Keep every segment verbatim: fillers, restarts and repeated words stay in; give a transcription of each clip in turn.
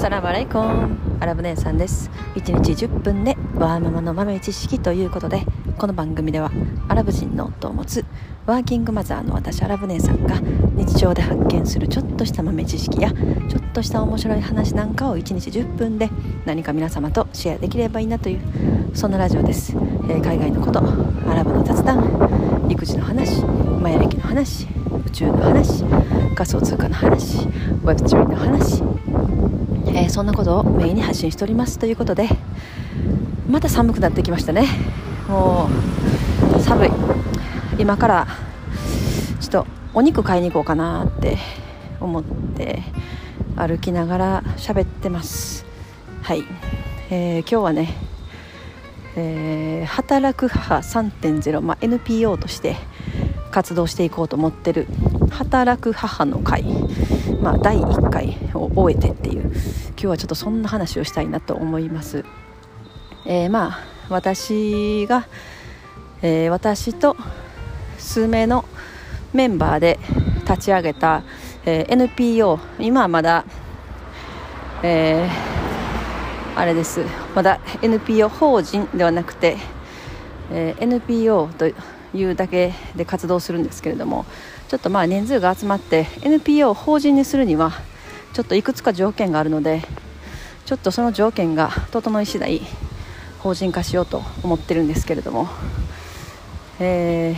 サラムアライコン、アラブ姉さんです。いちにちじゅっぷんでワーママの豆知識ということで、この番組ではアラブ人の夫を持つワーキングマザーの私アラブ姉さんが日常で発見するちょっとした豆知識やちょっとした面白い話なんかをいちにちじゅっぷんで何か皆様とシェアできればいいなという、そんなラジオです。えー、海外のこと、アラブの雑談、育児の話、マヤ歴の話、宇宙の話、仮想通貨の話、ウェブスリーの話、えー、そんなことをメインに発信しておりますということで、また寒くなってきましたね。もう寒い。今からちょっとお肉買いに行こうかなって思って歩きながら喋ってます。はい、えー、今日はね、えー、働く母 さんてんゼロ、まあ、エヌピーオー として活動していこうと思ってる働く母の会、まあ、だいいっかいを終えてっていう、今日はちょっとそんな話をしたいなと思います。えー、まあ私が、えー、私と数名のメンバーで立ち上げた、えー、エヌピーオー、今はまだ、えー、あれです、まだ エヌピーオー 法人ではなくて、えー、エヌピーオー というだけで活動するんですけれども、ちょっとまあ人数が集まって エヌピーオー を法人にするにはちょっといくつか条件があるので、ちょっとその条件が整い次第法人化しようと思ってるんですけれども、え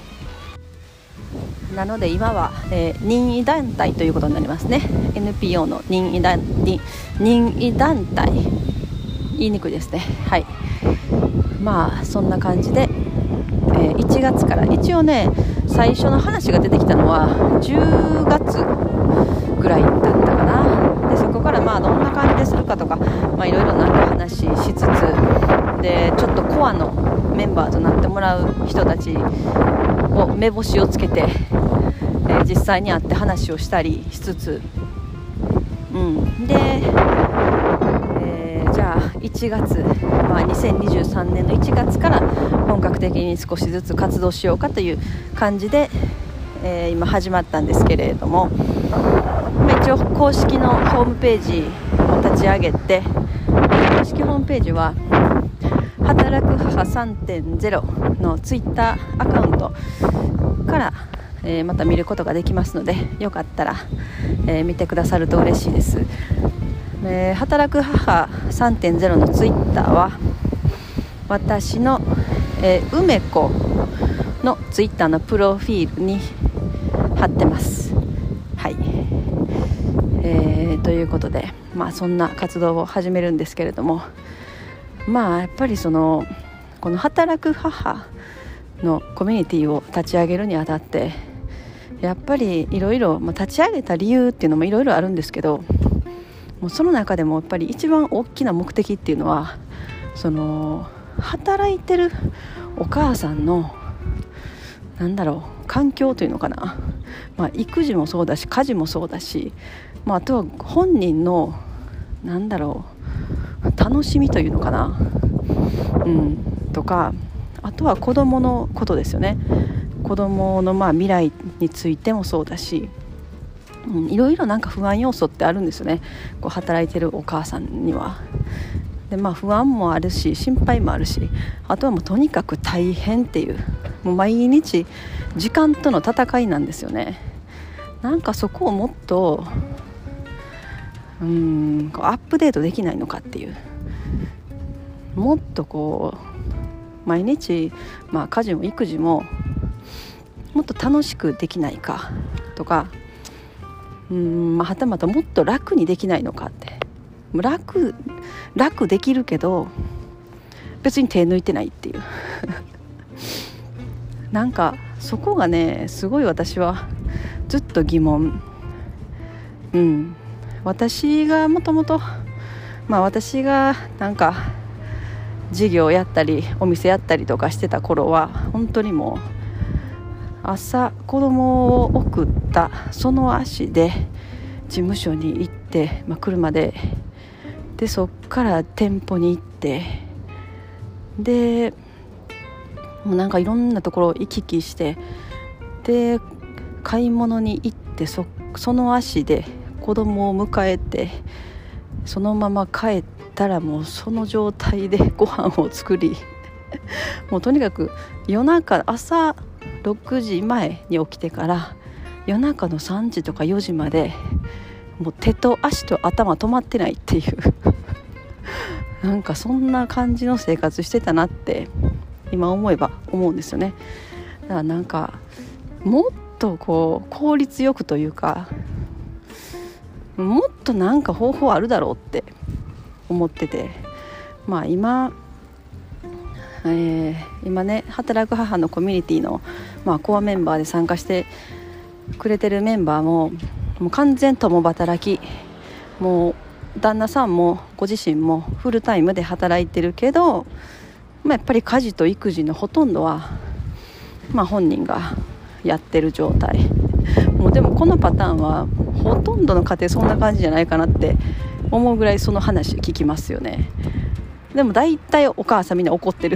ー、なので今は、えー、任意団体ということになりますね。 エヌピーオー の任意団、任意団体、言いにくいですね。はい、まあそんな感じで、えー、いちがつから一応ね、最初の話が出てきたのはじゅうがつぐらいだったかな。でそこからまあどんな感じでするかとか、まあいろいろなんか話しつつで、ちょっとコアのメンバーとなってもらう人たちを目星をつけて、えー、実際に会って話をしたりしつつ、うんで、えー、じゃあいちがつ、まあ、にせんにじゅうさんねんのいちがつから本格的に少しずつ活動しようかという感じで、えー、今始まったんですけれども、一応公式のホームページを立ち上げて、公式ホームページは働く母 さんてんゼロ のツイッターアカウントから、えー、また見ることができますので、よかったら、えー、見てくださると嬉しいです。えー、働く母 さんてんゼロ のツイッターは私の、えー、梅子のツイッターのプロフィールに貼ってます。はい、えー、ということで、まあそんな活動を始めるんですけれども、まあやっぱりそのこの働く母のコミュニティを立ち上げるにあたって、やっぱりいろいろ立ち上げた理由っていうのもいろいろあるんですけど、もうその中でもやっぱり一番大きな目的っていうのは、その働いてるお母さんのなんだろう環境というのかな、まあ、育児もそうだし家事もそうだし、まあ、あとは本人のなんだろう楽しみというのかな、うん、とか、あとは子供のことですよね。子供のまあ未来についてもそうだし、うん、いろいろなんか不安要素ってあるんですよね、こう働いてるお母さんには。で、まあ、不安もあるし心配もあるし、あとはもうとにかく大変っていう、もう毎日時間との戦いなんですよね。なんかそこをもっとうーんこうアップデートできないのかっていう、もっとこう毎日、まあ、家事も育児ももっと楽しくできないかとか、うーん、まあ、はたまたもっと楽にできないのかって。楽楽できるけど別に手抜いてないっていうなんかそこがね、すごい私はずっと疑問。うん、私がもともとまあ私がなんか事業やったりお店やったりとかしてた頃は、本当にもう朝子供を送ったその足で事務所に行って、まあ、車ででそっから店舗に行って、でもうなんかいろんなところを行き来して、で買い物に行って、そその足で子供を迎えて、 そのまま帰ったらもうその状態でご飯を作りもうとにかく夜中朝ろくじまえに起きてから夜中のさんじとかよじまでもう手と足と頭止まってないっていうなんかそんな感じの生活してたなって今思えば思うんですよね。だからなんかもっとこう効率よくというかもっとなんか方法あるだろうって思ってて、まあ今えー、今ね働く母のコミュニティの、まあ、コアメンバーで参加してくれてるメンバーももう完全共働き、もう旦那さんもご自身もフルタイムで働いてるけど、まあ、やっぱり家事と育児のほとんどは、まあ、本人がやってる状態。もうでもこのパターンはほとんどの家庭そんな感じじゃないかなって思うぐらいその話聞きますよね。でも大体お母さんみんな怒ってる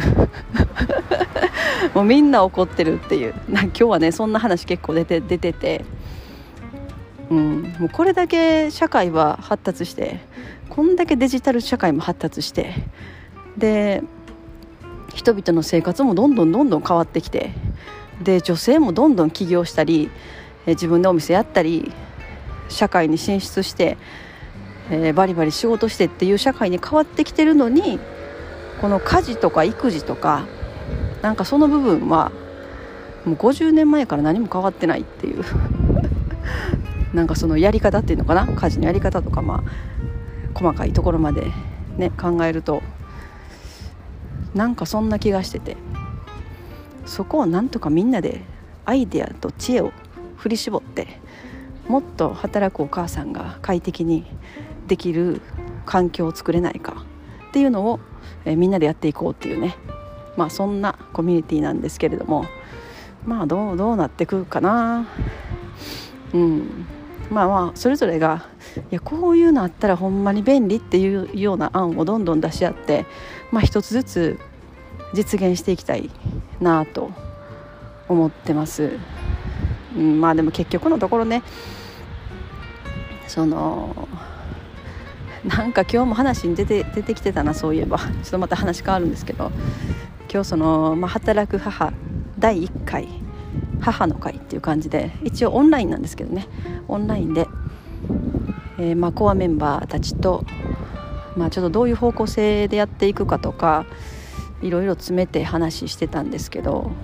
もうみんな怒ってるっていう、な今日はねそんな話結構出て出てて、うん、もうこれだけ社会は発達して、こんだけデジタル社会も発達して、で人々の生活もどんどんどんどん変わってきて、で女性もどんどん起業したり自分でお店やったり社会に進出して、えー、バリバリ仕事してっていう社会に変わってきてるのに、この家事とか育児とかなんかその部分はもうごじゅうねんまえから何も変わってないっていうなんかそのやり方っていうのかな、家事のやり方とか、まあ細かいところまでね考えるとなんかそんな気がしてて、そこをなんとかみんなでアイデアと知恵を振り絞ってもっと働くお母さんが快適にできる環境を作れないかっていうのを、えー、みんなでやっていこうっていうね、まあそんなコミュニティなんですけれども、まあどう、どうなってくるかな。うんまあまあそれぞれがいやこういうのあったらほんまに便利っていうような案をどんどん出し合って、まあ一つずつ実現していきたいなと思ってます。うん、まあでも結局のところね、そのなんか今日も話に出て、出てきてたな、そういえばちょっとまた話変わるんですけど、今日その、まあ、働く母だいいっかい母の会っていう感じで、一応オンラインなんですけどね、オンラインで、えー、まあコアメンバーたちと、まあ、ちょっとどういう方向性でやっていくかとかいろいろ詰めて話してたんですけど、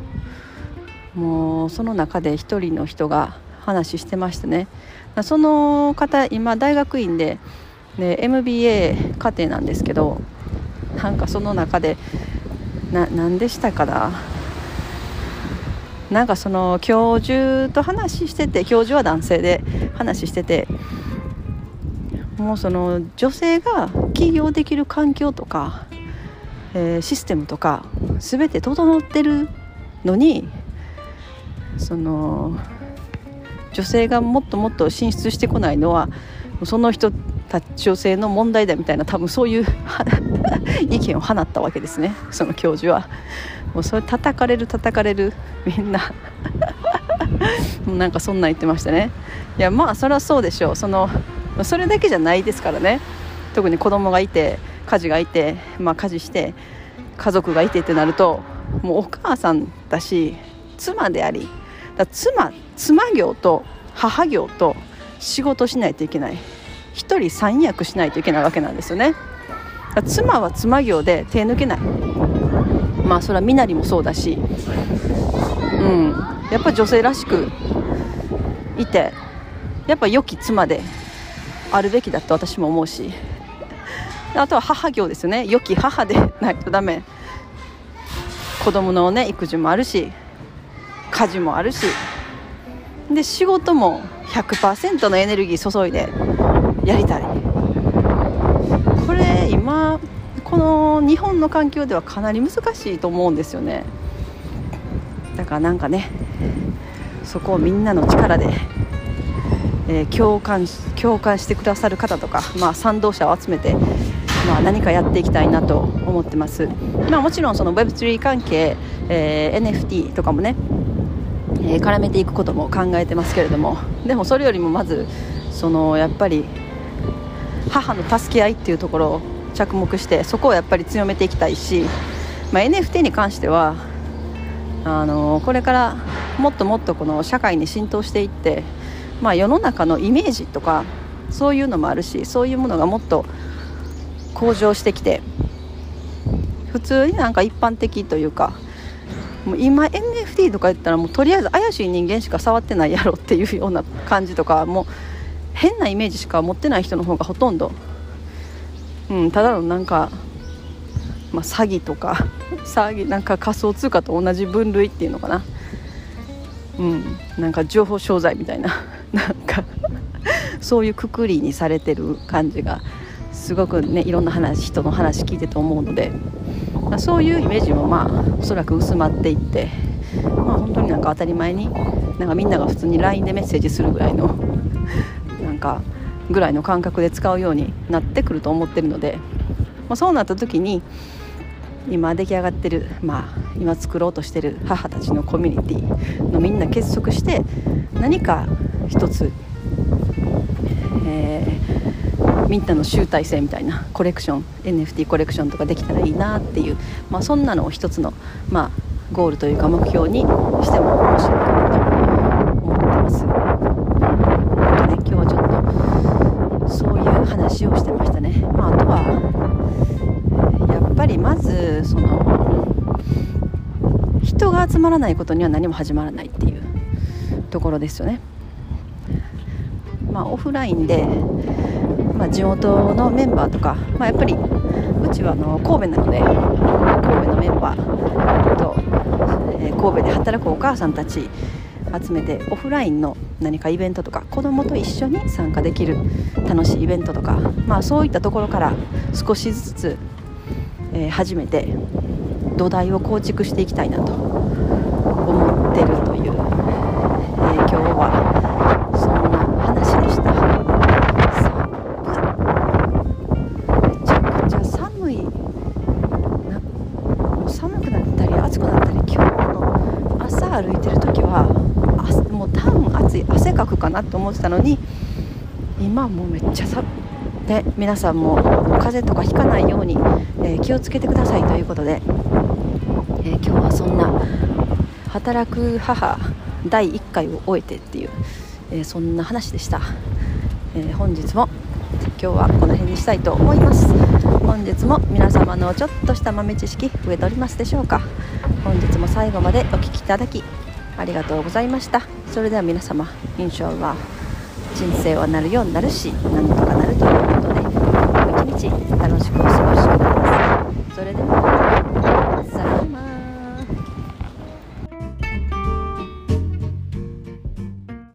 もうその中で一人の人が話してましたね。その方今大学院で、ね、エムビーエー 課程なんですけど、なんかその中でな何でしたかな、なんかその教授と話してて、教授は男性で話してて、もうその女性が起業できる環境とか、えー、システムとか全て整ってるのに、その女性がもっともっと進出してこないのはその人たち女性の問題だみたいな、多分そういう意見を放ったわけですね、その教授は。もうそれ叩かれる叩かれるみんなもうなんかそんなん言ってましたね。いやまあそれはそうでしょう。そのそれだけじゃないですからね。特に子供がいて家事がいて、まあ、家事して家族がいてってなると、もうお母さんだし妻であり、だ妻妻業と母業と仕事しないといけない、一人三役しないといけないわけなんですよね。だ妻は妻業で手抜けない。まあそれは身なりもそうだし、うん、やっぱり女性らしくいて、やっぱ良き妻であるべきだと私も思うし、あとは母業ですよね。良き母でないとダメ。子供のね育児もあるし、家事もあるし、で仕事も ひゃくパーセント のエネルギー注いでやりたい。これ今この日本の環境ではかなり難しいと思うんですよね。だからなんかね、そこをみんなの力で、えー、共感し、共感してくださる方とか、まあ、賛同者を集めて、まあ、何かやっていきたいなと思ってます。まあ、もちろんその ウェブスリー 関係、えー、エヌエフティー とかもね、えー、絡めていくことも考えてますけれども、でもそれよりもまずそのやっぱり母の助け合いっていうところを着目して、そこをやっぱり強めていきたいし、まあ、エヌエフティー に関してはあのこれからもっともっとこの社会に浸透していって、まあ、世の中のイメージとかそういうのもあるし、そういうものがもっと向上してきて、普通になんか一般的というか、もう今 エヌエフティー とか言ったらもうとりあえず怪しい人間しか触ってないやろっていうような感じとか、もう変なイメージしか持ってない人の方がほとんど、うん、ただのなんか、まあ、詐欺とか詐欺なんか仮想通貨と同じ分類っていうのかな、うん、なんか情報商材みたいななんかそういうくくりにされてる感じがすごくね、いろんな話人の話聞いてて思うので、まあ、そういうイメージもまあおそらく薄まっていって、まあ、本当になんか当たり前になんかみんなが普通に ライン でメッセージするぐらいのなんかぐらいの感覚で使うようになってくると思ってるので、まあ、そうなった時に今出来上がってる、まあ、今作ろうとしてる母たちのコミュニティのみんな結束して何か一つ、えー、みんなの集大成みたいなコレクション エヌエフティー コレクションとかできたらいいなっていう、まあ、そんなのを一つの、まあ、ゴールというか目標にしても面白いかなと思ってます。なんかね、今日はちょっとそういう話をしてましたね。まあ、あとはやっぱりまずその人が集まらないことには何も始まらないっていうところですよね。まあ、オフラインで、まあ、地元のメンバーとか、まあ、やっぱりうちはあの神戸なので神戸のメンバーと、えー、神戸で働くお母さんたち集めてオフラインの何かイベントとか子どもと一緒に参加できる楽しいイベントとか、まあ、そういったところから少しずつ、えー、始めて土台を構築していきたいなと思ってるという、えー、今日はそんな話でした。めちゃくちゃ寒いな、もう寒くなったり暑くなったり、今日の朝歩いてる時はもう多分暑い汗かくかなと思ってたのに、今もうめっちゃ寒いで、皆さんも風邪とかひかないように、えー、気をつけてくださいということで、えー、今日はそんな働く母だいいっかいを終えてっていう、えー、そんな話でした。えー、本日も今日はこの辺にしたいと思います。本日も皆様のちょっとした豆知識増えておりますでしょうか。本日も最後までお聞きいただきありがとうございました。それでは皆様、インシャアラー、人生はなるようになるし、なんとかなるということで、一日楽し